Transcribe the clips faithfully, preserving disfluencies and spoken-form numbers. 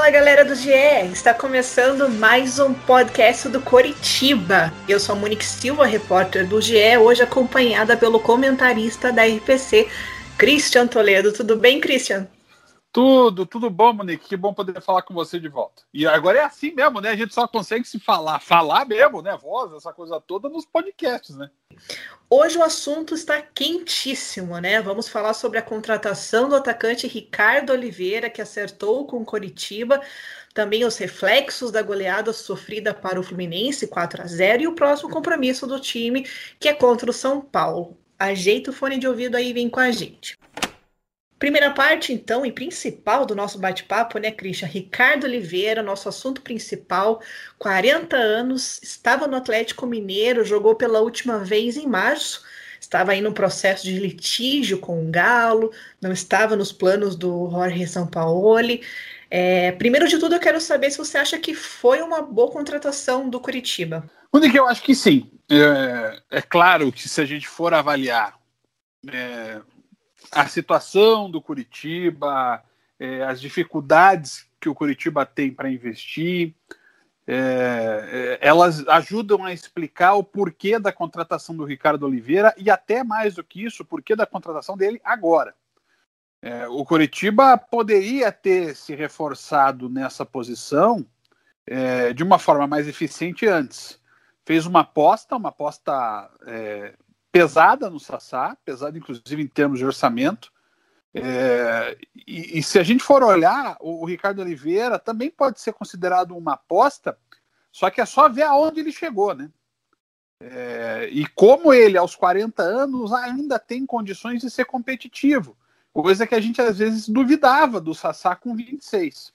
Fala, galera do G E! Está começando mais um podcast do Coritiba. Eu sou a Monique Silva, repórter do G E, hoje acompanhada pelo comentarista da R P C, Christian Toledo. Tudo bem, Christian? Tudo, tudo bom, Monique. Que bom poder falar com você de volta. E agora é assim mesmo, né? A gente só consegue se falar, falar mesmo, né? Voz, essa coisa toda nos podcasts, né? Hoje o assunto está quentíssimo, né? Vamos falar sobre a contratação do atacante Ricardo Oliveira, que acertou com o Coritiba, também os reflexos da goleada sofrida para o Fluminense quatro a zero e o próximo compromisso do time, que é contra o São Paulo. Ajeita o fone de ouvido aí e vem com a gente. Primeira parte, então, e principal do nosso bate-papo, né, Christian? Ricardo Oliveira, nosso assunto principal, quarenta anos, estava no Atlético Mineiro, jogou pela última vez em março, estava aí no processo de litígio com o Galo, não estava nos planos do Jorge Sampaoli. É, primeiro de tudo, eu quero saber se você acha que foi uma boa contratação do Coritiba. Monique, eu acho que sim. É, é claro que se a gente for avaliar É... a situação do Coritiba, é, as dificuldades que o Coritiba tem para investir, é, é, elas ajudam a explicar o porquê da contratação do Ricardo Oliveira e até mais do que isso, o porquê da contratação dele agora. É, o Coritiba poderia ter se reforçado nessa posição é, de uma forma mais eficiente antes. Fez uma aposta, uma aposta... É, pesada no Sassá, pesada inclusive em termos de orçamento, é, e, e se a gente for olhar, o, o Ricardo Oliveira também pode ser considerado uma aposta, só que é só ver aonde ele chegou, né? É, e como ele, aos quarenta anos, ainda tem condições de ser competitivo, coisa que a gente às vezes duvidava do Sassá com vinte e seis.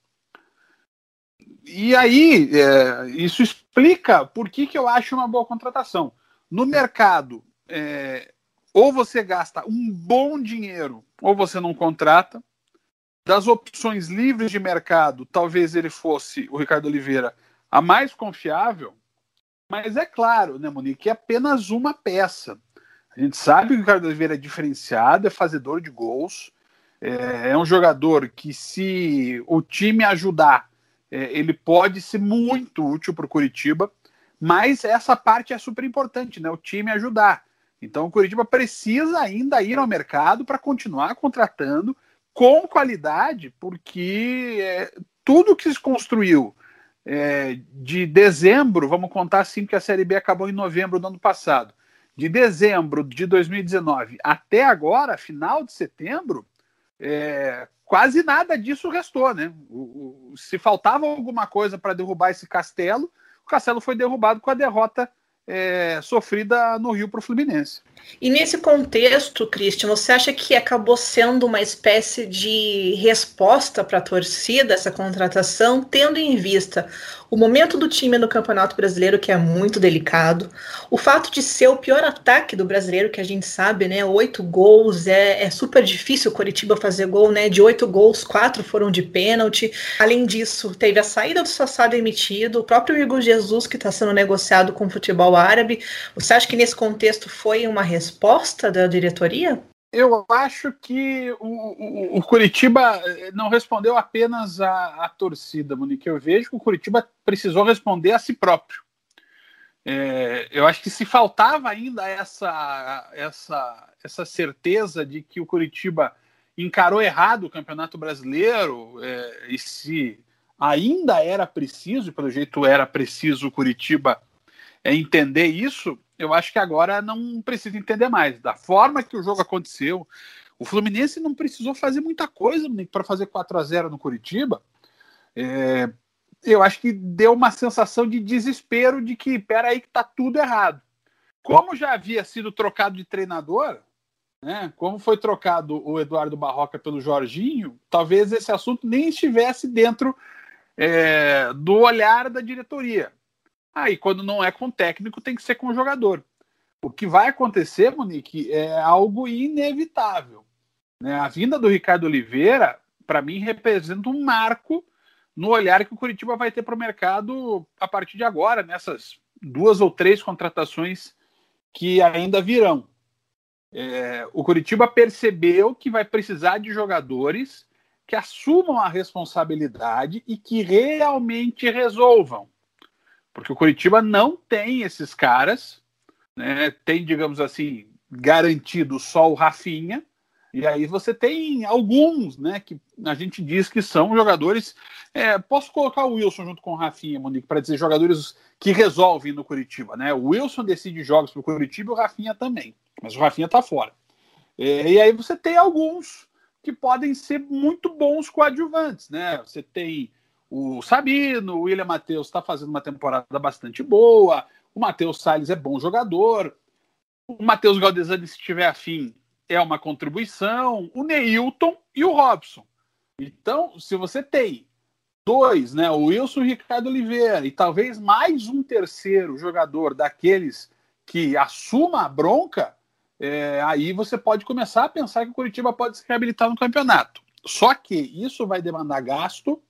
E aí, é, isso explica por que, que eu acho uma boa contratação. No mercado, É, ou você gasta um bom dinheiro, ou você não contrata. Das opções livres de mercado, talvez ele fosse, o Ricardo Oliveira, a mais confiável, mas é claro, né, Monique, é apenas uma peça. A gente sabe que o Ricardo Oliveira é diferenciado, é fazedor de gols, é, é um jogador que, se o time ajudar, é, ele pode ser muito útil para o Coritiba, mas essa parte é super importante, né, o time ajudar. Então o Coritiba precisa ainda ir ao mercado para continuar contratando com qualidade, porque é, tudo que se construiu é, de dezembro, vamos contar assim, porque a Série B acabou em novembro do ano passado, de dezembro de dois mil e dezenove até agora, final de setembro, é, quase nada disso restou, né? O, o, se faltava alguma coisa para derrubar esse castelo, o castelo foi derrubado com a derrota É, sofrida no Rio para o Fluminense. E nesse contexto, Christian, você acha que acabou sendo uma espécie de resposta para a torcida, essa contratação, tendo em vista o momento do time no Campeonato Brasileiro, que é muito delicado, o fato de ser o pior ataque do brasileiro, que a gente sabe, né, oito gols, é, é super difícil o Coritiba fazer gol, né, de oito gols, quatro foram de pênalti. Além disso, teve a saída do Sassá demitido, o próprio Igor Jesus, que está sendo negociado com o futebol árabe. Você acha que nesse contexto foi uma resposta da diretoria? Eu acho que o, o, o Coritiba não respondeu apenas à, à torcida, Monique. Eu vejo que o Coritiba precisou responder a si próprio. É, eu acho que se faltava ainda essa, essa, essa certeza de que o Coritiba encarou errado o Campeonato Brasileiro, é, e se ainda era preciso, pelo jeito era preciso o Coritiba é, entender isso, eu acho que agora não precisa entender mais. Da forma que o jogo aconteceu, o Fluminense não precisou fazer muita coisa para fazer quatro a zero no Coritiba. É, eu acho que deu uma sensação de desespero de que, peraí, que tá tudo errado. Como já havia sido trocado de treinador, né, como foi trocado o Eduardo Barroca pelo Jorginho, talvez esse assunto nem estivesse dentro é, do olhar da diretoria. Aí, quando não é com o técnico, tem que ser com o jogador. O que vai acontecer, Monique, é algo inevitável. Né? A vinda do Ricardo Oliveira, para mim, representa um marco no olhar que o Coritiba vai ter para o mercado a partir de agora, nessas duas ou três contratações que ainda virão. É, o Coritiba percebeu que vai precisar de jogadores que assumam a responsabilidade e que realmente resolvam. Porque o Coritiba não tem esses caras, né? Tem, digamos assim, garantido só o Rafinha, e aí você tem alguns, né, que a gente diz que são jogadores, é, posso colocar o Wilson junto com o Rafinha, Monique, para dizer jogadores que resolvem no Coritiba, né? O Wilson decide jogos para o Coritiba e o Rafinha também, mas o Rafinha está fora. É, e aí você tem alguns que podem ser muito bons coadjuvantes, né? Você tem o Sabino, o William Matheus está fazendo uma temporada bastante boa, o Matheus Salles é bom jogador, o Matheus Galdesani, se tiver afim, é uma contribuição, o Neilton e o Robson. Então, se você tem dois, né, o Wilson e o Ricardo Oliveira, e talvez mais um terceiro jogador daqueles que assuma a bronca, é, aí você pode começar a pensar que o Coritiba pode se reabilitar no campeonato. Só que isso vai demandar gasto,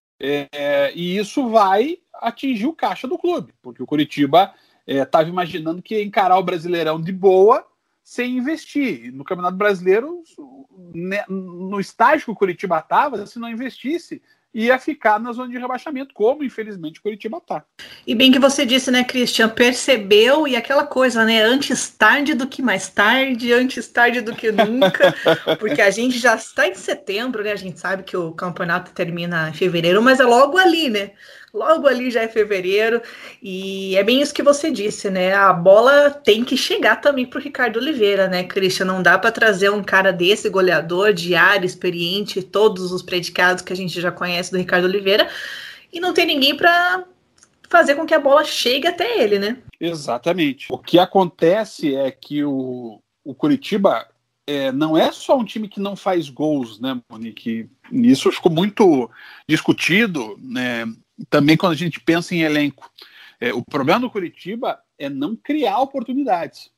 é, e isso vai atingir o caixa do clube, porque o Coritiba estava é, imaginando que ia encarar o Brasileirão de boa, sem investir. No Campeonato Brasileiro, né, no estágio que o Coritiba estava, se não investisse, ia ficar na zona de rebaixamento, como infelizmente o Coritiba está. E bem que você disse, né, Christian, percebeu, e aquela coisa, né, antes tarde do que mais tarde, antes tarde do que nunca, porque a gente já está em setembro, né, a gente sabe que o campeonato termina em fevereiro, mas é logo ali, né, logo ali já é fevereiro, e é bem isso que você disse, né, a bola tem que chegar também para o Ricardo Oliveira, né, Christian, não dá para trazer um cara desse, goleador, de área, experiente, todos os predicados que a gente já conhece do Ricardo Oliveira, e não tem ninguém para fazer com que a bola chegue até ele, né? Exatamente. O que acontece é que o, o Coritiba é, não é só um time que não faz gols, né, Monique? Isso ficou muito discutido, né, também quando a gente pensa em elenco. É, o problema do Coritiba é não criar oportunidades.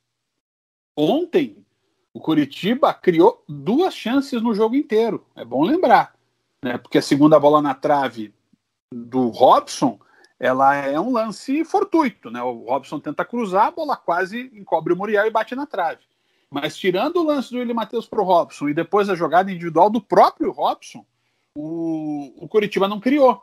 Ontem, o Coritiba criou duas chances no jogo inteiro. É bom lembrar, né, porque a segunda bola na trave do Robson, ela é um lance fortuito, né? O Robson tenta cruzar, a bola quase encobre o Muriel e bate na trave. Mas tirando o lance do William Matheus para o Robson e depois a jogada individual do próprio Robson, o, o Coritiba não criou.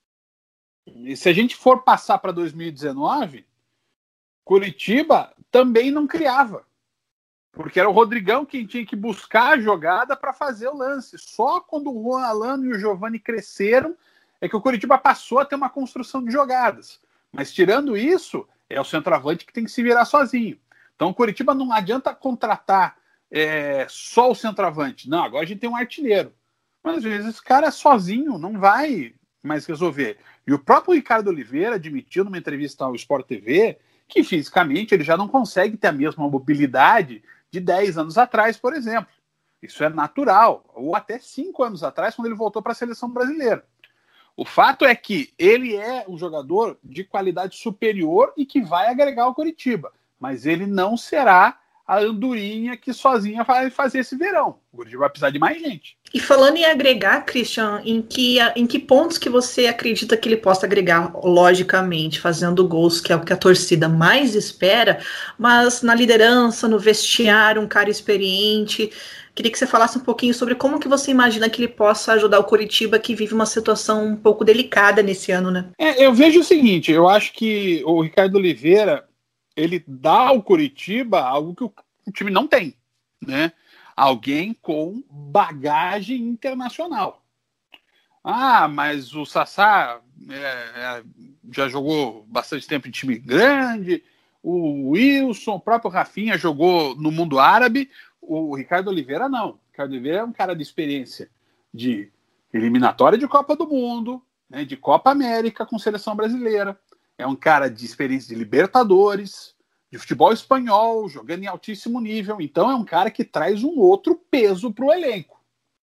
E se a gente for passar para dois mil e dezenove, Coritiba também não criava. Porque era o Rodrigão quem tinha que buscar a jogada para fazer o lance. Só quando o Juan Alano e o Giovani cresceram é que o Coritiba passou a ter uma construção de jogadas. Mas tirando isso, é o centroavante que tem que se virar sozinho. Então o Coritiba não adianta contratar é, só o centroavante. Não, agora a gente tem um artilheiro. Mas às vezes esse cara sozinho não vai mais resolver. E o próprio Ricardo Oliveira admitiu numa entrevista ao Sport T V que fisicamente ele já não consegue ter a mesma mobilidade de dez anos atrás, por exemplo. Isso é natural. Ou até cinco anos atrás, quando ele voltou para a seleção brasileira. O fato é que ele é um jogador de qualidade superior e que vai agregar ao Coritiba, mas ele não será a andorinha que sozinha vai fazer esse verão. O Coritiba vai precisar de mais gente. E falando em agregar, Christian, em que, em que pontos que você acredita que ele possa agregar, logicamente, fazendo gols, que é o que a torcida mais espera, mas na liderança, no vestiário, um cara experiente. Queria que você falasse um pouquinho sobre como que você imagina que ele possa ajudar o Coritiba, que vive uma situação um pouco delicada nesse ano, né? É, eu vejo o seguinte, eu acho que o Ricardo Oliveira, ele dá ao Coritiba algo que o, o time não tem, né? Alguém com bagagem internacional. Ah, mas o Sassá é, é, já jogou bastante tempo em time grande, o Wilson, o próprio Rafinha jogou no mundo árabe. O Ricardo Oliveira não. O Ricardo Oliveira é um cara de experiência de eliminatória de Copa do Mundo, né, de Copa América com seleção brasileira. É um cara de experiência de Libertadores, de futebol espanhol, jogando em altíssimo nível. Então é um cara que traz um outro peso para o elenco.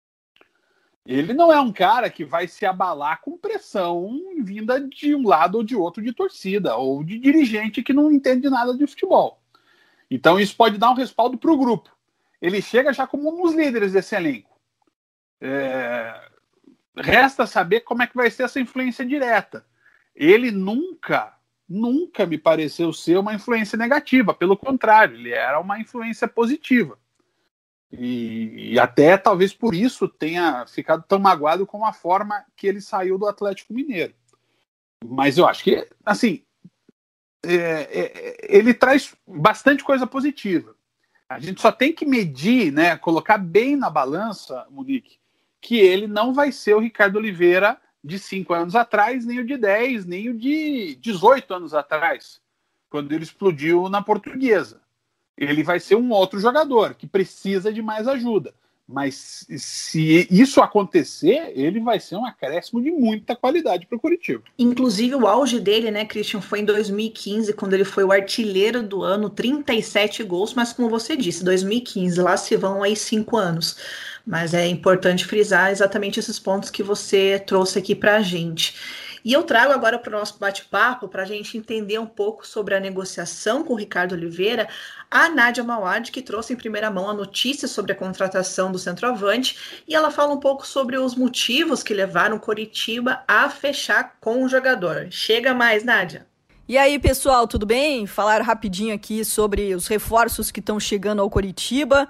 Ele não é um cara que vai se abalar com pressão vinda de um lado ou de outro de torcida, ou de dirigente que não entende nada de futebol. Então isso pode dar um respaldo para o grupo. Ele chega já como um dos líderes desse elenco. É... Resta saber como é que vai ser essa influência direta. Ele nunca, nunca me pareceu ser uma influência negativa. Pelo contrário, ele era uma influência positiva. E, e até talvez por isso tenha ficado tão magoado com a forma que ele saiu do Atlético Mineiro. Mas eu acho que, assim, é, é, ele traz bastante coisa positiva. A gente só tem que medir, né, colocar bem na balança, Monique, que ele não vai ser o Ricardo Oliveira de cinco anos atrás, nem o de dez, nem o de dezoito anos atrás, quando ele explodiu na Portuguesa. Ele vai ser um outro jogador que precisa de mais ajuda. Mas se isso acontecer, ele vai ser um acréscimo de muita qualidade para o Curitiba. Inclusive o auge dele, né, Christian, foi em dois mil e quinze, quando ele foi o artilheiro do ano, trinta e sete gols, mas como você disse, dois mil e quinze, lá se vão aí cinco anos. Mas é importante frisar exatamente esses pontos que você trouxe aqui para a gente. E eu trago agora para o nosso bate-papo, para a gente entender um pouco sobre a negociação com o Ricardo Oliveira, a Nádia Mauad, que trouxe em primeira mão a notícia sobre a contratação do centroavante, e ela fala um pouco sobre os motivos que levaram o Coritiba a fechar com o jogador. Chega mais, Nádia. E aí, pessoal, tudo bem? Falar rapidinho aqui sobre os reforços que estão chegando ao Coritiba.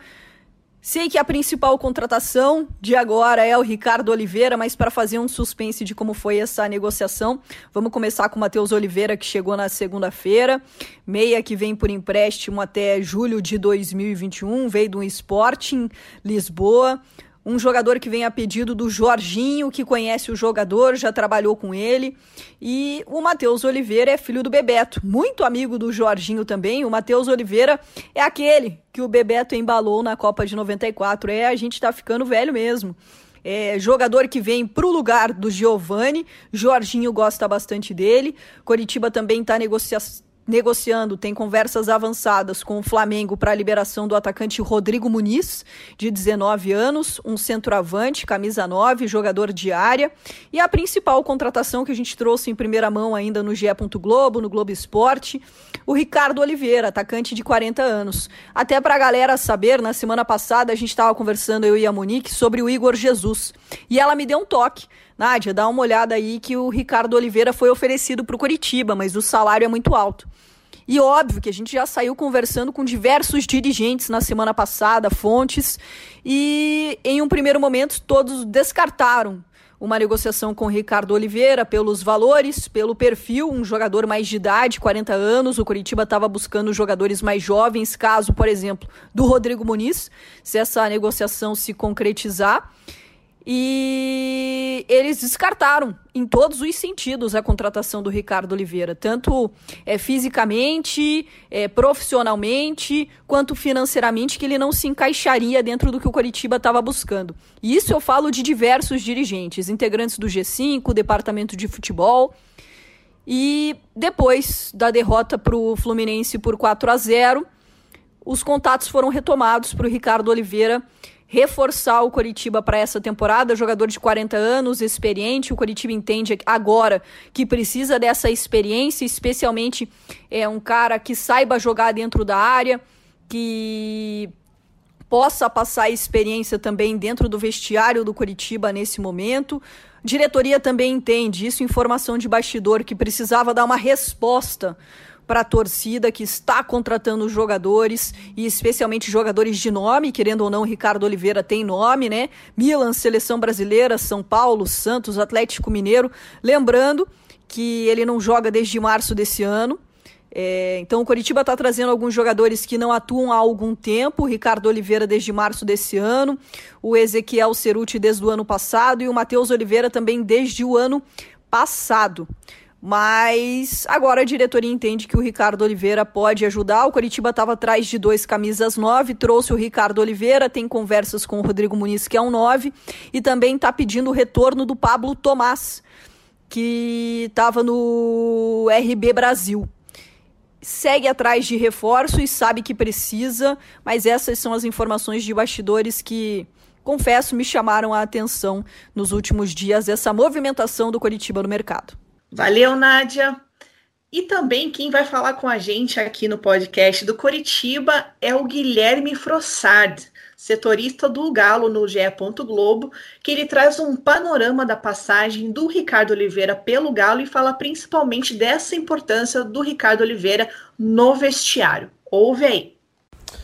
Sei que a principal contratação de agora é o Ricardo Oliveira, mas para fazer um suspense de como foi essa negociação, vamos começar com o Matheus Oliveira, que chegou na segunda-feira, meia que vem por empréstimo até julho de dois mil e vinte e um, veio do Sporting Lisboa. Um jogador que vem a pedido do Jorginho, que conhece o jogador, já trabalhou com ele. E o Matheus Oliveira é filho do Bebeto, muito amigo do Jorginho também. O Matheus Oliveira é aquele que o Bebeto embalou na Copa de noventa e quatro. É, a gente tá ficando velho mesmo. É, jogador que vem pro lugar do Giovani. Jorginho gosta bastante dele. Coritiba também está negociando. negociando, tem conversas avançadas com o Flamengo para a liberação do atacante Rodrigo Muniz, de dezenove anos, um centroavante, camisa nove, jogador de área, e a principal contratação que a gente trouxe em primeira mão ainda no G E. Globo, no Globo Esporte, o Ricardo Oliveira, atacante de quarenta anos. Até para a galera saber, na semana passada a gente estava conversando, eu e a Monique, sobre o Igor Jesus, e ela me deu um toque. Nádia, dá uma olhada aí que o Ricardo Oliveira foi oferecido para o Coritiba, mas o salário é muito alto. E óbvio que a gente já saiu conversando com diversos dirigentes na semana passada, fontes, e em um primeiro momento todos descartaram uma negociação com o Ricardo Oliveira pelos valores, pelo perfil, um jogador mais de idade, quarenta anos, o Coritiba estava buscando jogadores mais jovens, caso, por exemplo, do Rodrigo Muniz, se essa negociação se concretizar. E eles descartaram em todos os sentidos a contratação do Ricardo Oliveira, tanto é, fisicamente, é, profissionalmente, quanto financeiramente, que ele não se encaixaria dentro do que o Coritiba estava buscando. E isso eu falo de diversos dirigentes, integrantes do G cinco, departamento de futebol. E depois da derrota para o Fluminense por quatro a zero, os contatos foram retomados para o Ricardo Oliveira reforçar o Coritiba para essa temporada, jogador de quarenta anos, experiente. O Coritiba entende agora que precisa dessa experiência, especialmente é um cara que saiba jogar dentro da área, que possa passar experiência também dentro do vestiário do Coritiba nesse momento. Diretoria também entende, isso informação de bastidor, que precisava dar uma resposta para a torcida que está contratando jogadores, e especialmente jogadores de nome, querendo ou não, Ricardo Oliveira tem nome, né? Milan, Seleção Brasileira, São Paulo, Santos, Atlético Mineiro. Lembrando que ele não joga desde março desse ano. É, então o Coritiba está trazendo alguns jogadores que não atuam há algum tempo. O Ricardo Oliveira desde março desse ano, o Ezequiel Ceruti desde o ano passado e o Matheus Oliveira também desde o ano passado. Mas agora a diretoria entende que o Ricardo Oliveira pode ajudar. O Coritiba estava atrás de dois camisas nove, trouxe o Ricardo Oliveira, tem conversas com o Rodrigo Muniz, que é um nove, e também está pedindo o retorno do Pablo Tomás, que estava no R B Brasil. Segue atrás de reforço e sabe que precisa, mas essas são as informações de bastidores que, confesso, me chamaram a atenção nos últimos dias, essa movimentação do Coritiba no mercado. Valeu, Nádia. E também quem vai falar com a gente aqui no podcast do Coritiba é o Guilherme Frossard, setorista do Galo no G E. Globo, que ele traz um panorama da passagem do Ricardo Oliveira pelo Galo e fala principalmente dessa importância do Ricardo Oliveira no vestiário. Ouve aí.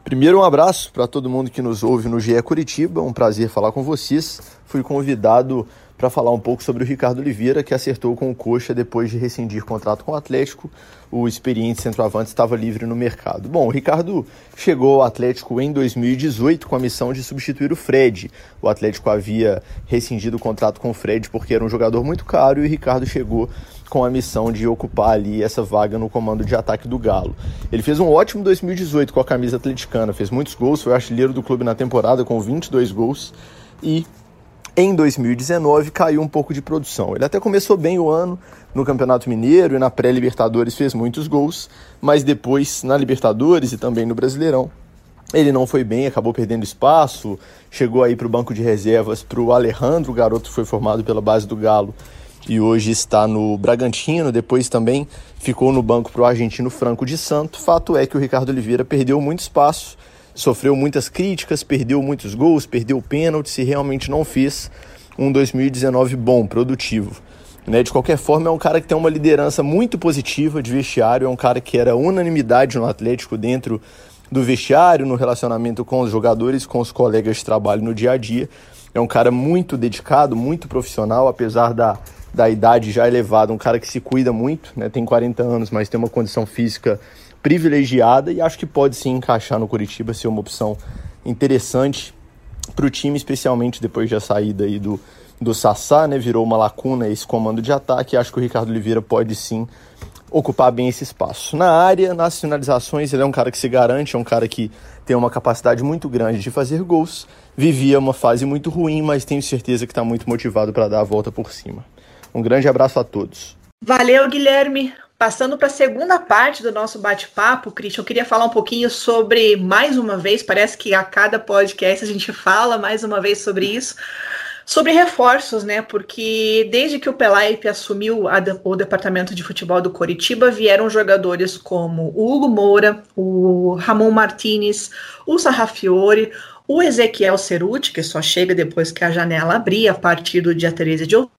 Primeiro, um abraço para todo mundo que nos ouve no G E Curitiba, um prazer falar com vocês. Fui convidado para falar um pouco sobre o Ricardo Oliveira, que acertou com o Coxa depois de rescindir contrato com o Atlético. O experiente centroavante estava livre no mercado. Bom, o Ricardo chegou ao Atlético em dois mil e dezoito com a missão de substituir o Fred. O Atlético havia rescindido o contrato com o Fred porque era um jogador muito caro e o Ricardo chegou com a missão de ocupar ali essa vaga no comando de ataque do Galo. Ele fez um ótimo dois mil e dezoito com a camisa atleticana, fez muitos gols, foi artilheiro do clube na temporada com vinte e dois gols e em dois mil e dezenove caiu um pouco de produção. Ele até começou bem o ano no Campeonato Mineiro e na pré-Libertadores fez muitos gols, mas depois na Libertadores e também no Brasileirão ele não foi bem, acabou perdendo espaço, chegou aí para o banco de reservas para o Alejandro, o garoto que foi formado pela base do Galo e hoje está no Bragantino, depois também ficou no banco para o argentino Franco de Santo. Fato é que o Ricardo Oliveira perdeu muito espaço, sofreu muitas críticas, perdeu muitos gols, perdeu pênaltis e realmente não fez um dois mil e dezenove bom, produtivo. Né? De qualquer forma, é um cara que tem uma liderança muito positiva de vestiário, é um cara que era unanimidade no Atlético dentro do vestiário, no relacionamento com os jogadores, com os colegas de trabalho no dia a dia. É um cara muito dedicado, muito profissional, apesar da, da idade já elevada, um cara que se cuida muito, né? Tem quarenta anos, mas tem uma condição física privilegiada e acho que pode sim encaixar no Coritiba, ser uma opção interessante para o time, especialmente depois da saída aí do, do Sassá, né? Virou uma lacuna esse comando de ataque. Acho que o Ricardo Oliveira pode sim ocupar bem esse espaço. Na área, nas finalizações, ele é um cara que se garante, é um cara que tem uma capacidade muito grande de fazer gols. Vivia uma fase muito ruim, mas tenho certeza que está muito motivado para dar a volta por cima. Um grande abraço a todos. Valeu, Guilherme. Passando para a segunda parte do nosso bate-papo, Christian, eu queria falar um pouquinho sobre, mais uma vez, parece que a cada podcast a gente fala mais uma vez sobre isso, sobre reforços, né? Porque desde que o Pelaipe assumiu a, o departamento de futebol do Coritiba, vieram jogadores como o Hugo Moura, o Ramon Martinez, o Sarrafiore, o Ezequiel Ceruti, que só chega depois que a janela abrir, a partir do dia treze de outubro.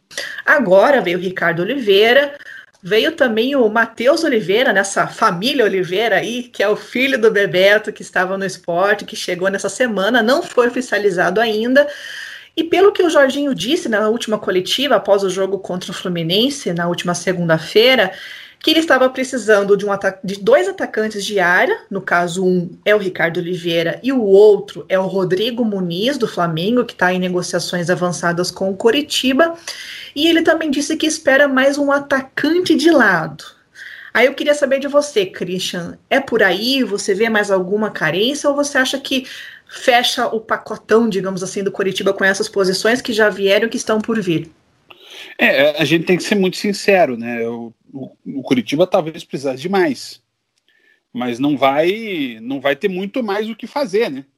Agora veio o Ricardo Oliveira. Veio também o Matheus Oliveira, nessa família Oliveira aí, que é o filho do Bebeto, que estava no Sport, que chegou nessa semana, não foi oficializado ainda. E pelo que o Jorginho disse na última coletiva, após o jogo contra o Fluminense, na última segunda-feira, que ele estava precisando de, um de dois atacantes de área, no caso um é o Ricardo Oliveira e o outro é o Rodrigo Muniz, do Flamengo, que está em negociações avançadas com o Coritiba. E ele também disse que espera mais um atacante de lado. Aí eu queria saber de você, Christian, é por aí? Você vê mais alguma carência ou você acha que fecha o pacotão, digamos assim, do Coritiba com essas posições que já vieram e que estão por vir? É, a gente tem que ser muito sincero, né? O, o, o Coritiba talvez precisasse de mais, mas não vai, não vai ter muito mais o que fazer, né?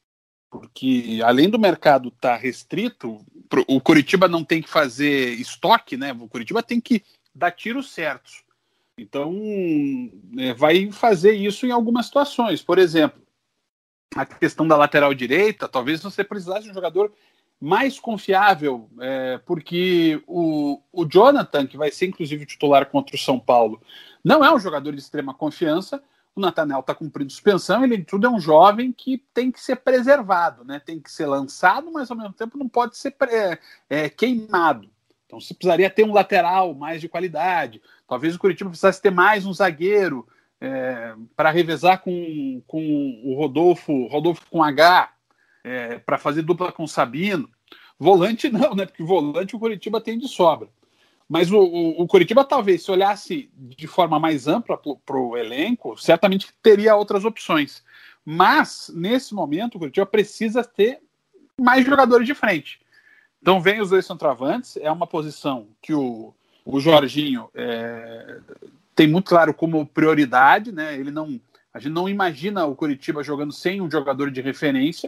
Porque além do mercado estar restrito, o Coritiba não tem que fazer estoque, né? O Coritiba tem que dar tiros certos. Então, é, vai fazer isso em algumas situações. Por exemplo, a questão da lateral direita, talvez você precisasse de um jogador mais confiável, é, porque o, o Jonathan, que vai ser inclusive titular contra o São Paulo, não é um jogador de extrema confiança. O Nathanael está cumprindo suspensão, ele tudo é um jovem que tem que ser preservado, né? Tem que ser lançado, mas ao mesmo tempo não pode ser é, é, queimado. Então você precisaria ter um lateral mais de qualidade. Talvez o Coritiba precisasse ter mais um zagueiro é, para revezar com, com o Rodolfo, Rodolfo com H, é, para fazer dupla com o Sabino. Volante não, né? Porque volante o Coritiba tem de sobra. Mas o, o, o Coritiba, talvez, se olhasse de forma mais ampla para o elenco, certamente teria outras opções. Mas, nesse momento, o Coritiba precisa ter mais jogadores de frente. Então, vem os dois centroavantes, é uma posição que o, o Jorginho é, tem muito claro como prioridade, né? Ele não, a gente não imagina o Coritiba jogando sem um jogador de referência,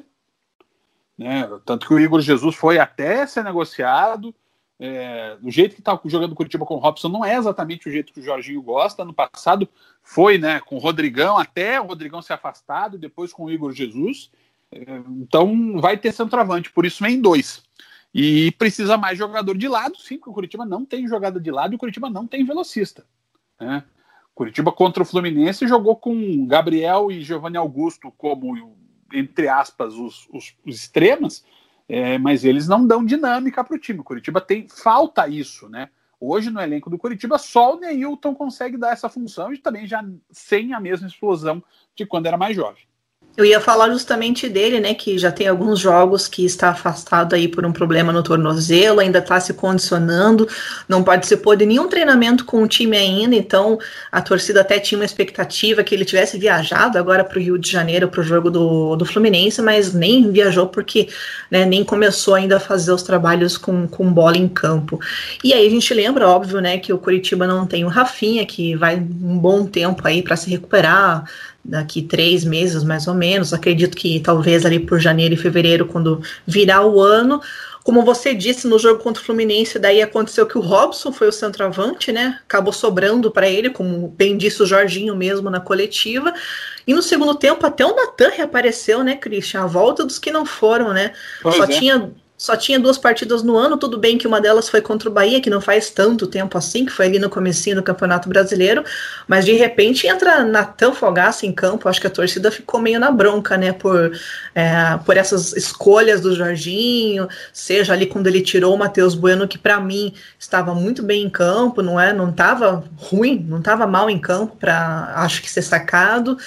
né? Tanto que o Igor Jesus foi até ser negociado. É, o jeito que está jogando o Coritiba com o Robson não é exatamente o jeito que o Jorginho gosta. No passado foi, né, com o Rodrigão, até o Rodrigão ser afastado, depois com o Igor Jesus. É, então vai ter centroavante, por isso vem dois. E precisa mais jogador de lado, sim, porque o Coritiba não tem jogada de lado e o Coritiba não tem velocista, né? Curitiba contra o Fluminense jogou com Gabriel e Giovanni Augusto como, entre aspas, os, os, os extremas, é, mas eles não dão dinâmica para o time. O Curitiba tem, falta isso, né? Hoje no elenco do Curitiba só o Neilton consegue dar essa função e também já sem a mesma explosão de quando era mais jovem. Eu ia falar justamente dele, né, que já tem alguns jogos que está afastado aí por um problema no tornozelo, ainda está se condicionando, não participou de nenhum treinamento com o time ainda, então a torcida até tinha uma expectativa que ele tivesse viajado agora para o Rio de Janeiro para o jogo do, do Fluminense, mas nem viajou porque, né, nem começou ainda a fazer os trabalhos com, com bola em campo. E aí a gente lembra, óbvio, né, que o Curitiba não tem o Rafinha, que vai um bom tempo aí para se recuperar, daqui três meses mais ou menos, acredito que talvez ali por janeiro e fevereiro, quando virar o ano. Como você disse, no jogo contra o Fluminense, daí aconteceu que o Robson foi o centroavante, né, acabou sobrando para ele, como bem disse o Jorginho mesmo na coletiva, e no segundo tempo até o Natan reapareceu, né, Christian, a volta dos que não foram, né, pois só é. tinha... Só tinha duas partidas no ano, tudo bem que uma delas foi contra o Bahia, que não faz tanto tempo assim, que foi ali no comecinho do Campeonato Brasileiro, mas de repente entra Natan Fogaça em campo, acho que a torcida ficou meio na bronca, né, por, é, por essas escolhas do Jorginho, seja ali quando ele tirou o Matheus Bueno, que para mim estava muito bem em campo, não é, não estava ruim, não estava mal em campo para, acho que ser sacado,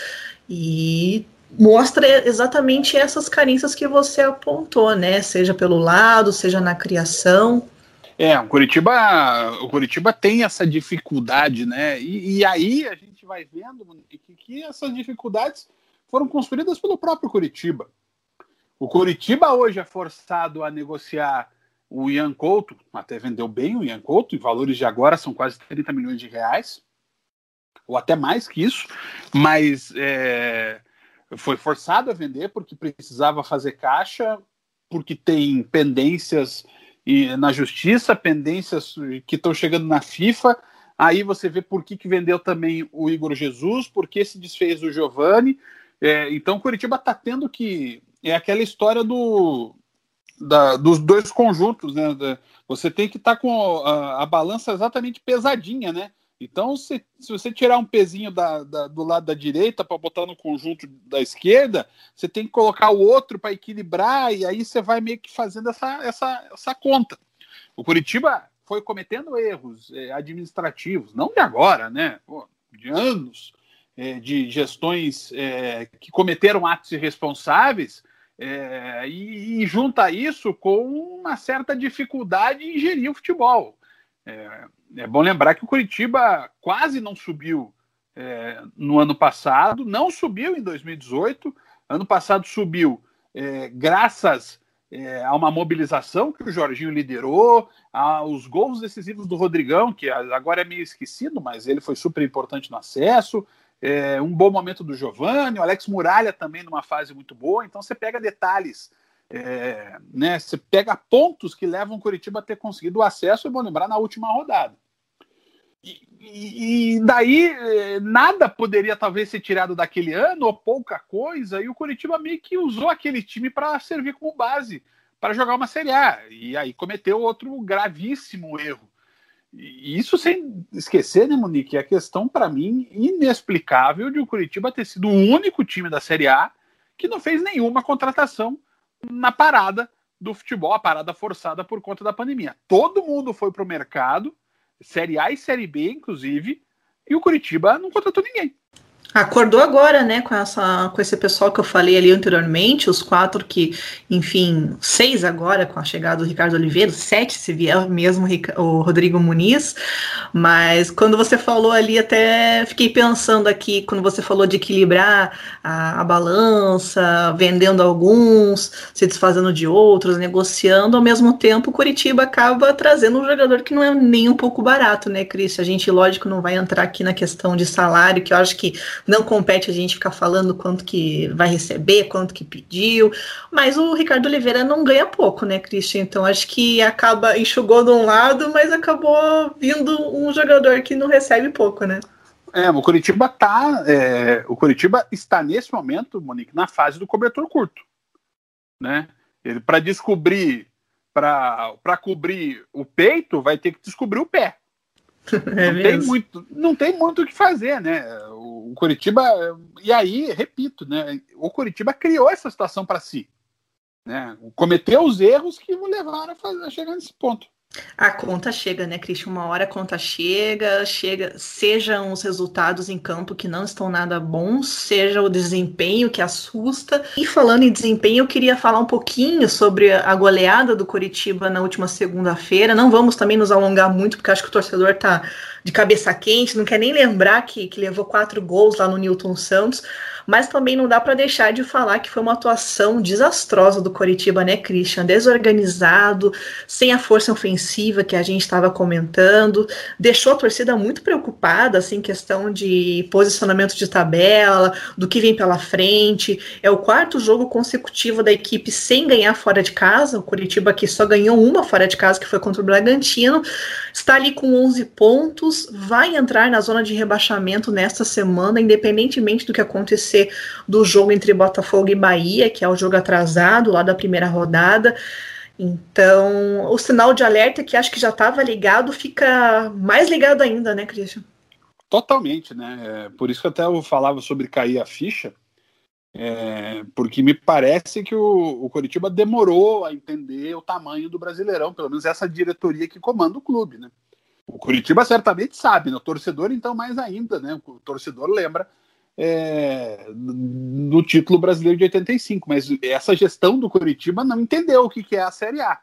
e... mostra exatamente essas carências que você apontou, né? Seja pelo lado, seja na criação. É, o Curitiba, o Curitiba tem essa dificuldade, né? E, e aí a gente vai vendo que, que essas dificuldades foram construídas pelo próprio Curitiba. O Curitiba hoje é forçado a negociar o Ian Couto, até vendeu bem o Ian Couto, e valores de agora são quase trinta milhões de reais, ou até mais que isso, mas... É... foi forçado a vender porque precisava fazer caixa, porque tem pendências na justiça, pendências que estão chegando na FIFA. Aí você vê por que, que vendeu também o Igor Jesus, por que se desfez do Giovani. É, então o Curitiba está tendo que... É aquela história do, da, dos dois conjuntos, né? Você tem que estar tá com a, a balança exatamente pesadinha, né? Então, se, se você tirar um pezinho da, da, do lado da direita para botar no conjunto da esquerda, você tem que colocar o outro para equilibrar, e aí você vai meio que fazendo essa, essa, essa conta. O Curitiba foi cometendo erros é, administrativos, não de agora, né? Pô, de anos, é, de gestões é, que cometeram atos irresponsáveis, é, e, e junta isso com uma certa dificuldade em gerir o futebol. É, é bom lembrar que o Curitiba quase não subiu é, no ano passado, não subiu em dois mil e dezoito, ano passado subiu é, graças é, a uma mobilização que o Jorginho liderou, aos gols decisivos do Rodrigão, que agora é meio esquecido, mas ele foi super importante no acesso, é, um bom momento do Giovani, o Alex Muralha também numa fase muito boa. Então você pega detalhes, É, né, você pega pontos que levam o Curitiba a ter conseguido o acesso, e vou lembrar, na última rodada. E, e, e daí nada poderia talvez ser tirado daquele ano, ou pouca coisa, e o Curitiba meio que usou aquele time para servir como base, para jogar uma Série A, e aí cometeu outro gravíssimo erro. E isso sem esquecer, né, Monique, a questão, para mim, inexplicável de o Curitiba ter sido o único time da Série A que não fez nenhuma contratação na parada do futebol, a parada forçada por conta da pandemia. Todo mundo foi para o mercado, Série A e Série B, inclusive, e o Curitiba não contratou ninguém. Acordou agora, né, com, essa, com esse pessoal que eu falei ali anteriormente, os quatro que, enfim, seis agora com a chegada do Ricardo Oliveira, sete se vier mesmo o Rodrigo Muniz, mas quando você falou ali, até fiquei pensando aqui, quando você falou de equilibrar a, a balança, vendendo alguns, se desfazendo de outros, negociando, ao mesmo tempo o Curitiba acaba trazendo um jogador que não é nem um pouco barato, né, Cris? A gente, lógico, não vai entrar aqui na questão de salário, que eu acho que não compete a gente ficar falando quanto que vai receber, quanto que pediu, mas o Ricardo Oliveira não ganha pouco, né, Christian? Então acho que acaba, enxugou de um lado, mas acabou vindo um jogador que não recebe pouco, né? É, o Curitiba tá, é, o Curitiba está nesse momento, Monique, na fase do cobertor curto, né? Ele, para descobrir, para cobrir o peito, vai ter que descobrir o pé. É não, tem muito, não tem muito o que fazer, né? O, o Coritiba, e aí, repito, né? O Coritiba criou essa situação para si, né? Cometeu os erros que o levaram a, fazer, a chegar nesse ponto. A conta chega, né, Christian? Uma hora a conta chega, chega, sejam os resultados em campo que não estão nada bons, seja o desempenho que assusta. E falando em desempenho, eu queria falar um pouquinho sobre a goleada do Coritiba na última segunda-feira. Não vamos também nos alongar muito, porque acho que o torcedor tá de cabeça quente, não quer nem lembrar que, que levou quatro gols lá no Newton Santos. Mas também não dá para deixar de falar que foi uma atuação desastrosa do Coritiba, né, Christian? Desorganizado, sem a força ofensiva que a gente estava comentando, deixou a torcida muito preocupada, assim, questão de posicionamento de tabela, do que vem pela frente. É o quarto jogo consecutivo da equipe sem ganhar fora de casa. O Coritiba aqui só ganhou uma fora de casa, que foi contra o Bragantino. Está ali com onze pontos, vai entrar na zona de rebaixamento nesta semana, independentemente do que acontecer do jogo entre Botafogo e Bahia, que é o jogo atrasado lá da primeira rodada. Então, o sinal de alerta, que acho que já estava ligado, fica mais ligado ainda, né, Christian? Totalmente, né? É, por isso que até eu falava sobre cair a ficha, é, porque me parece que o, o Coritiba demorou a entender o tamanho do Brasileirão, pelo menos essa diretoria que comanda o clube, né? O Coritiba certamente sabe, né? O torcedor então mais ainda, né? O torcedor lembra É, do título brasileiro de oitenta e cinco, mas essa gestão do Coritiba não entendeu o que, que é a Série A.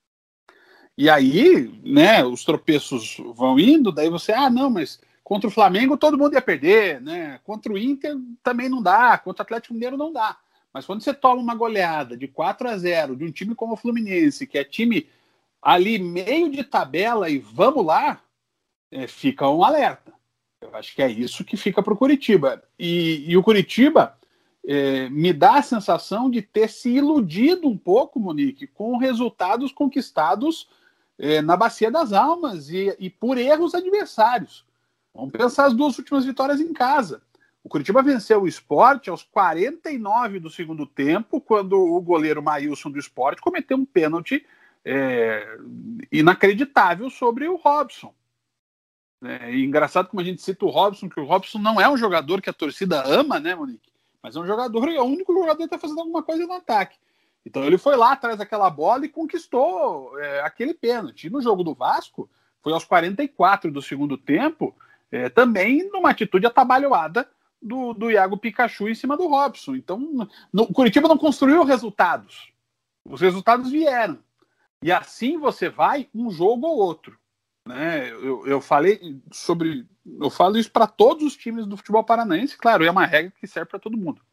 E aí, né, os tropeços vão indo, daí você, ah, não, mas contra o Flamengo todo mundo ia perder, né? Contra o Inter também não dá, contra o Atlético Mineiro não dá. Mas quando você toma uma goleada de quatro a zero de um time como o Fluminense, que é time ali meio de tabela e vamos lá, é, fica um alerta. Eu acho que é isso que fica para o Coritiba. E, e o Coritiba é, me dá a sensação de ter se iludido um pouco, Monique, com resultados conquistados é, na Bacia das Almas e, e por erros adversários. Vamos pensar as duas últimas vitórias em casa. O Coritiba venceu o Sport aos quarenta e nove do segundo tempo, quando o goleiro Maílson do Sport cometeu um pênalti é, inacreditável sobre o Robson. É, e engraçado como a gente cita o Robson, que o Robson não é um jogador que a torcida ama, né, Monique? Mas é um jogador, é o único jogador que está fazendo alguma coisa no ataque. Então ele foi lá atrás daquela bola e conquistou é, aquele pênalti. E no jogo do Vasco, foi aos quarenta e quatro do segundo tempo, é, também numa atitude atabalhoada do, do Iago Pikachu em cima do Robson. Então no, o Coritiba não construiu resultados. Os resultados vieram. E assim você vai um jogo ou outro. Né, eu, eu falei sobre, eu falo isso para todos os times do futebol paranaense, claro, é uma regra que serve para todo mundo.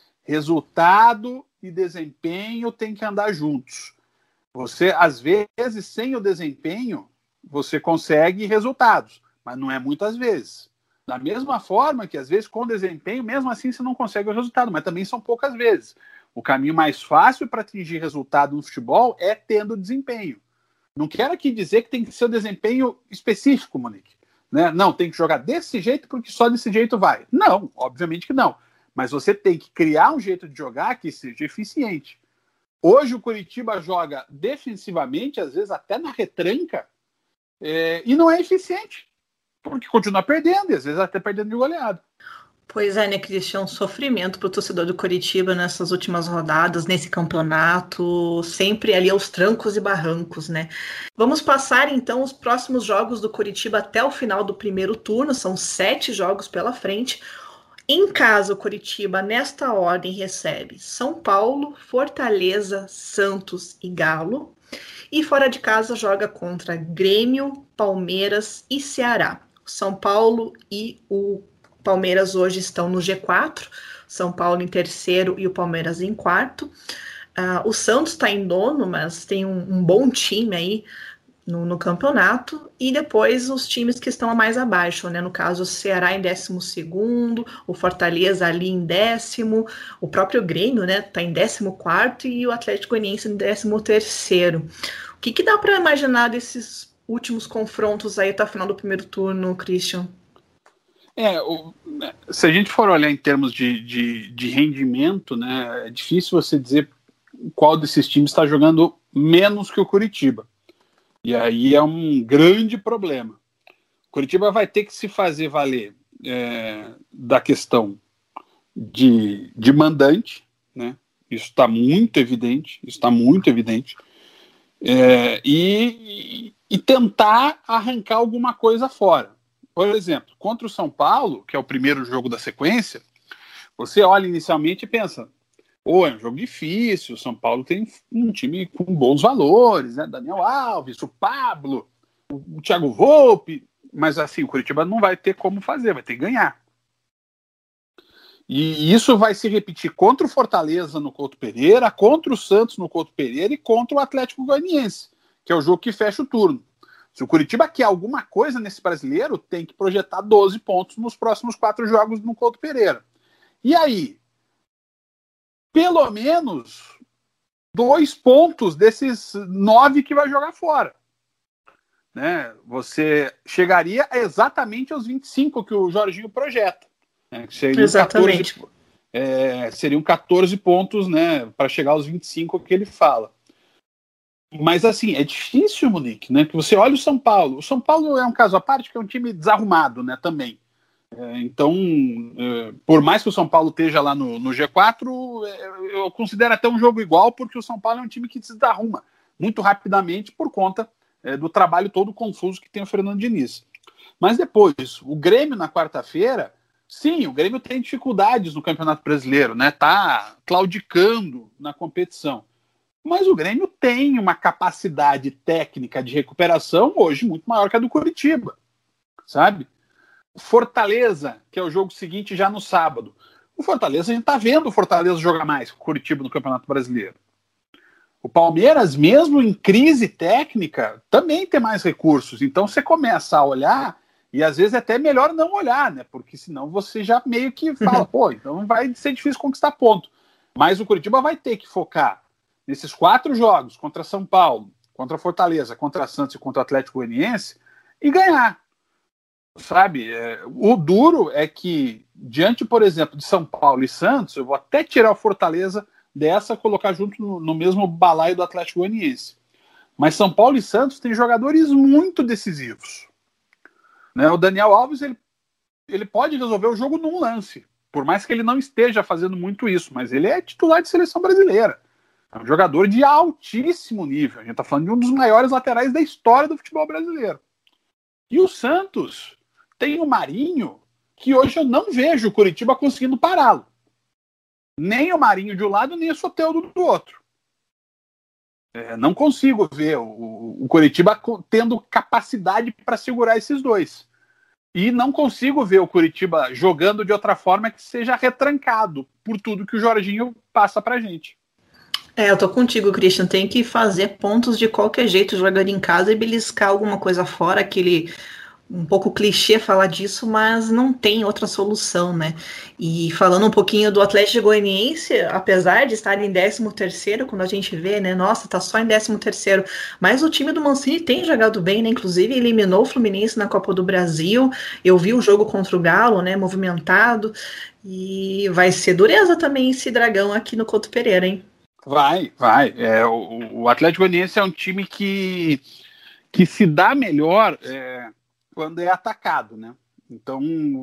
Resultado e desempenho tem que andar juntos. Você, às vezes, sem o desempenho, você consegue resultados, mas não é muitas vezes. Da mesma forma que, às vezes, com desempenho, mesmo assim, você não consegue o resultado, mas também são poucas vezes. O caminho mais fácil para atingir resultado no futebol é tendo desempenho. Não quero aqui dizer que tem que ser o desempenho específico, Monique. Né? Não, tem que jogar desse jeito porque só desse jeito vai. Não, obviamente que não. Mas você tem que criar um jeito de jogar que seja eficiente. Hoje o Coritiba joga defensivamente, às vezes até na retranca, é, e não é eficiente. Porque continua perdendo, e às vezes até perdendo de goleada. Pois é, né, Christian? Um sofrimento para o torcedor do Coritiba nessas últimas rodadas, nesse campeonato, sempre ali aos trancos e barrancos, né? Vamos passar, então, os próximos jogos do Coritiba até o final do primeiro turno, são sete jogos pela frente. Em casa, o Coritiba, nesta ordem, recebe São Paulo, Fortaleza, Santos e Galo. E fora de casa, joga contra Grêmio, Palmeiras e Ceará. São Paulo e o Palmeiras hoje estão no G quatro, São Paulo em terceiro e o Palmeiras em quarto. Uh, o Santos está em nono, mas tem um, um bom time aí no, no campeonato. E depois os times que estão mais abaixo, né? No caso, o Ceará em décimo segundo, o Fortaleza ali em décimo, o próprio Grêmio, né? Está em décimo quarto e o Atlético Goianiense em décimo terceiro. O que, que dá para imaginar desses últimos confrontos aí até o final do primeiro turno, Christian? É, o, se a gente for olhar em termos de, de, de rendimento, né, é difícil você dizer qual desses times está jogando menos que o Coritiba. E aí é um grande problema. O Curitiba vai ter que se fazer valer é, da questão de, de mandante, né? Isso está muito evidente, isso está muito evidente, é, e, e tentar arrancar alguma coisa fora. Por exemplo, contra o São Paulo, que é o primeiro jogo da sequência, você olha inicialmente e pensa, oh, é um jogo difícil, o São Paulo tem um time com bons valores, né? Daniel Alves, o Pablo, o, o Thiago Volpe, mas assim, o Curitiba não vai ter como fazer, vai ter que ganhar. E isso vai se repetir contra o Fortaleza no Couto Pereira, contra o Santos no Couto Pereira e contra o Atlético Goianiense, que é o jogo que fecha o turno. Se o Curitiba quer alguma coisa nesse brasileiro, tem que projetar doze pontos nos próximos quatro jogos no Couto Pereira. E aí, pelo menos dois pontos desses nove que vai jogar fora. Né? Você chegaria exatamente aos vinte e cinco que o Jorginho projeta. Né? Que seriam Exatamente. quatorze, é, seriam quatorze pontos, né, para chegar aos vinte e cinco que ele fala. Mas assim, é difícil, Monique, né? Que você olha o São Paulo. O São Paulo é um caso à parte, que é um time desarrumado, né, também. É, então, é, por mais que o São Paulo esteja lá no, no G quatro, é, eu considero até um jogo igual, porque o São Paulo é um time que se desarruma muito rapidamente por conta é, do trabalho todo confuso que tem o Fernando Diniz. Mas depois, o Grêmio na quarta-feira, sim, o Grêmio tem dificuldades no Campeonato Brasileiro, né? Tá claudicando na competição. Mas o Grêmio tem uma capacidade técnica de recuperação hoje muito maior que a do Curitiba, sabe? Fortaleza, que é o jogo seguinte já no sábado. O Fortaleza, a gente tá vendo o Fortaleza jogar mais que o Curitiba no Campeonato Brasileiro. O Palmeiras, mesmo em crise técnica, também tem mais recursos. Então você começa a olhar, e às vezes é até melhor não olhar, né? Porque senão você já meio que fala, pô, então vai ser difícil conquistar ponto. Mas o Curitiba vai ter que focar nesses quatro jogos, contra São Paulo, contra Fortaleza, contra Santos e contra o Atlético Goianiense, e ganhar. Sabe? É, o duro é que, diante, por exemplo, de São Paulo e Santos, eu vou até tirar o Fortaleza dessa, colocar junto no, no mesmo balaio do Atlético Goianiense. Mas São Paulo e Santos têm jogadores muito decisivos. Né? O Daniel Alves, ele, ele pode resolver o jogo num lance, por mais que ele não esteja fazendo muito isso, mas ele é titular de seleção brasileira. É um jogador de altíssimo nível. A gente está falando de um dos maiores laterais da história do futebol brasileiro. E o Santos tem o Marinho, que hoje eu não vejo o Curitiba conseguindo pará-lo. Nem o Marinho de um lado, nem o Soteldo do outro. É, não consigo ver o, o Curitiba tendo capacidade para segurar esses dois. E não consigo ver o Curitiba jogando de outra forma que seja retrancado por tudo que o Jorginho passa pra gente. É, eu tô contigo, Christian. Tem que fazer pontos de qualquer jeito, jogando em casa e beliscar alguma coisa fora, aquele um pouco clichê falar disso, mas não tem outra solução, né? E falando um pouquinho do Atlético Goianiense, apesar de estar em décimo terceiro, quando a gente vê, né, nossa, tá só em décimo terceiro, mas o time do Mancini tem jogado bem, né? Inclusive eliminou o Fluminense na Copa do Brasil. Eu vi o jogo contra o Galo, né, movimentado, e vai ser dureza também esse dragão aqui no Couto Pereira, hein? Vai, vai. É, o, o Atlético Goianiense é um time que, que se dá melhor é, quando é atacado, né? Então,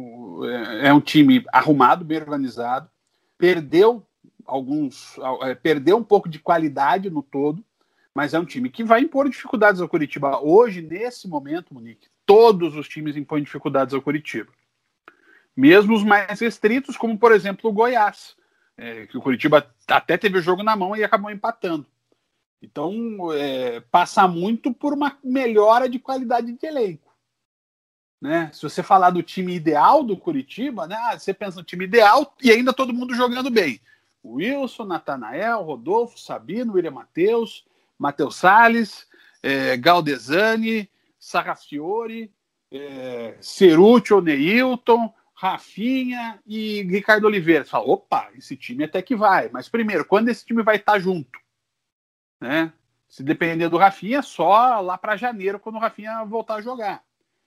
é, é um time arrumado, bem organizado, perdeu alguns, é, perdeu um pouco de qualidade no todo, mas é um time que vai impor dificuldades ao Curitiba. Hoje, nesse momento, Monique, todos os times impõem dificuldades ao Curitiba. Mesmo os mais restritos, como, por exemplo, o Goiás. É, que o Curitiba até teve o jogo na mão e acabou empatando. Então, é, passa muito por uma melhora de qualidade de elenco. Né? Se você falar do time ideal do Curitiba, né, você pensa no time ideal e ainda todo mundo jogando bem. Wilson, Natanael, Rodolfo, Sabino, William Matheus, Matheus Salles, é, Galdesani, Sarrafiore, é, Ceruti, Neilton, Rafinha e Ricardo Oliveira. Você fala, opa, esse time até que vai. Mas primeiro, quando esse time vai estar junto? Né? Se depender do Rafinha, só lá para janeiro, quando o Rafinha voltar a jogar.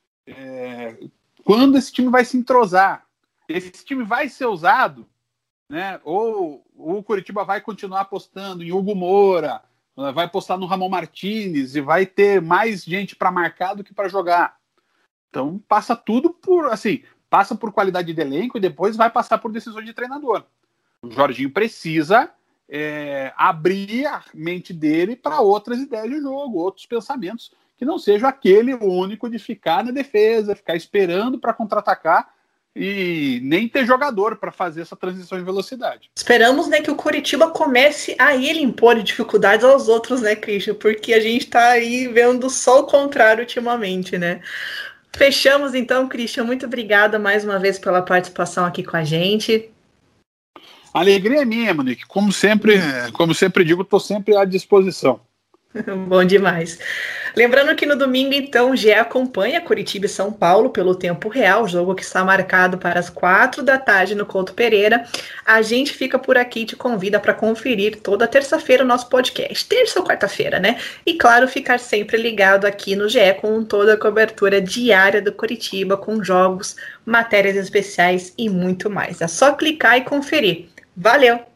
É, quando esse time vai se entrosar? Esse time vai ser usado? Né? Ou, ou o Curitiba vai continuar apostando em Hugo Moura, vai apostar no Ramon Martínez e vai ter mais gente para marcar do que para jogar? Então passa tudo por, assim, passa por qualidade de elenco e depois vai passar por decisões de treinador. O Jorginho precisa é, abrir a mente dele para outras ideias de jogo, outros pensamentos, que não seja aquele único de ficar na defesa, ficar esperando para contra-atacar e nem ter jogador para fazer essa transição em velocidade. Esperamos, né, que o Coritiba comece a ele impor dificuldades aos outros, né, Christian? Porque a gente está aí vendo só o contrário ultimamente, né? Fechamos então, Christian. Muito obrigada mais uma vez pela participação aqui com a gente. A alegria é minha, Monique. Como sempre, como sempre digo, estou sempre à disposição. Bom demais. Lembrando que no domingo, então, o G E acompanha Coritiba e São Paulo pelo tempo real, jogo que está marcado para as quatro da tarde no Couto Pereira. A gente fica por aqui e te convida para conferir toda terça-feira o nosso podcast, terça ou quarta-feira, né? E, claro, ficar sempre ligado aqui no G E com toda a cobertura diária do Coritiba, com jogos, matérias especiais e muito mais. É só clicar e conferir. Valeu!